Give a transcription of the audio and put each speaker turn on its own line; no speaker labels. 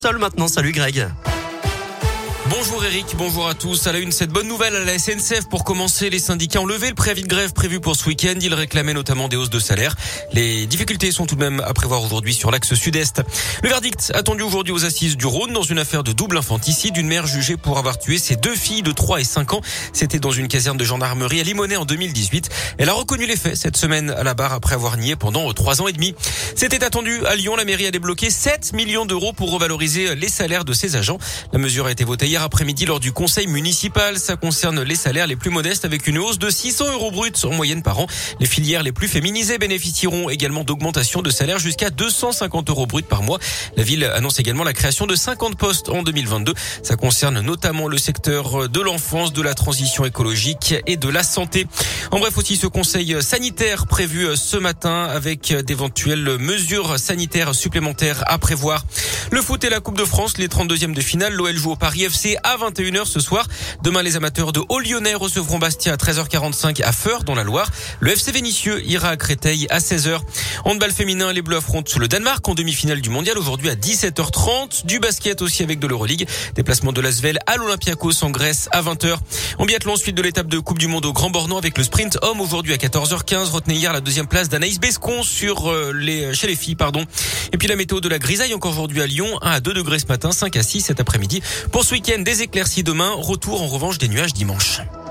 Seul maintenant, salut Greg.
Bonjour Eric, bonjour à tous. À la une, cette bonne nouvelle à la SNCF. Pour commencer, les syndicats ont levé le préavis de grève prévu pour ce week-end. Ils réclamaient notamment des hausses de salaire. Les difficultés sont tout de même à prévoir aujourd'hui sur l'axe sud-est. Le verdict attendu aujourd'hui aux assises du Rhône dans une affaire de double infanticide. Une mère jugée pour avoir tué ses deux filles de 3 et 5 ans. C'était dans une caserne de gendarmerie à Limonest en 2018. Elle a reconnu les faits cette semaine à la barre après avoir nié pendant 3 ans et demi. C'était attendu. À Lyon, la mairie a débloqué 7 millions d'euros pour revaloriser les salaires de ses agents. La mesure a été votée hier après-midi lors du conseil municipal. Ça concerne les salaires les plus modestes avec une hausse de 600 € bruts en moyenne par an. Les filières les plus féminisées bénéficieront également d'augmentations de salaire jusqu'à 250 € bruts par mois. La ville annonce également la création de 50 postes en 2022. Ça concerne notamment le secteur de l'enfance, de la transition écologique et de la santé. En bref, aussi ce conseil sanitaire prévu ce matin avec d'éventuelles mesures sanitaires supplémentaires à prévoir. Le foot et la Coupe de France, les 32e de finale. L'OL joue au Paris FC à 21h ce soir. Demain, les amateurs de Haut-Lyonnais recevront Bastia à 13h45 à Feurs dans la Loire. Le FC Vénissieux ira à Créteil à 16h. Handball féminin, les Bleus affrontent le Danemark en demi-finale du mondial aujourd'hui à 17h30. Du basket aussi avec de l'Euroleague. Déplacement de l'Asvel à l'Olympiakos en Grèce à 20h. En biathlon, suite de l'étape de Coupe du Monde au Grand Bornand avec le sprint homme aujourd'hui à 14h15. Retenez hier la deuxième place d'Anaïs Bescon chez les filles, Et puis la météo de la grisaille encore aujourd'hui à Lyon, 1 à 2 degrés ce matin, 5 à 6 cet après-midi. Pour ce week-end, des éclaircies demain, retour en revanche des nuages dimanche.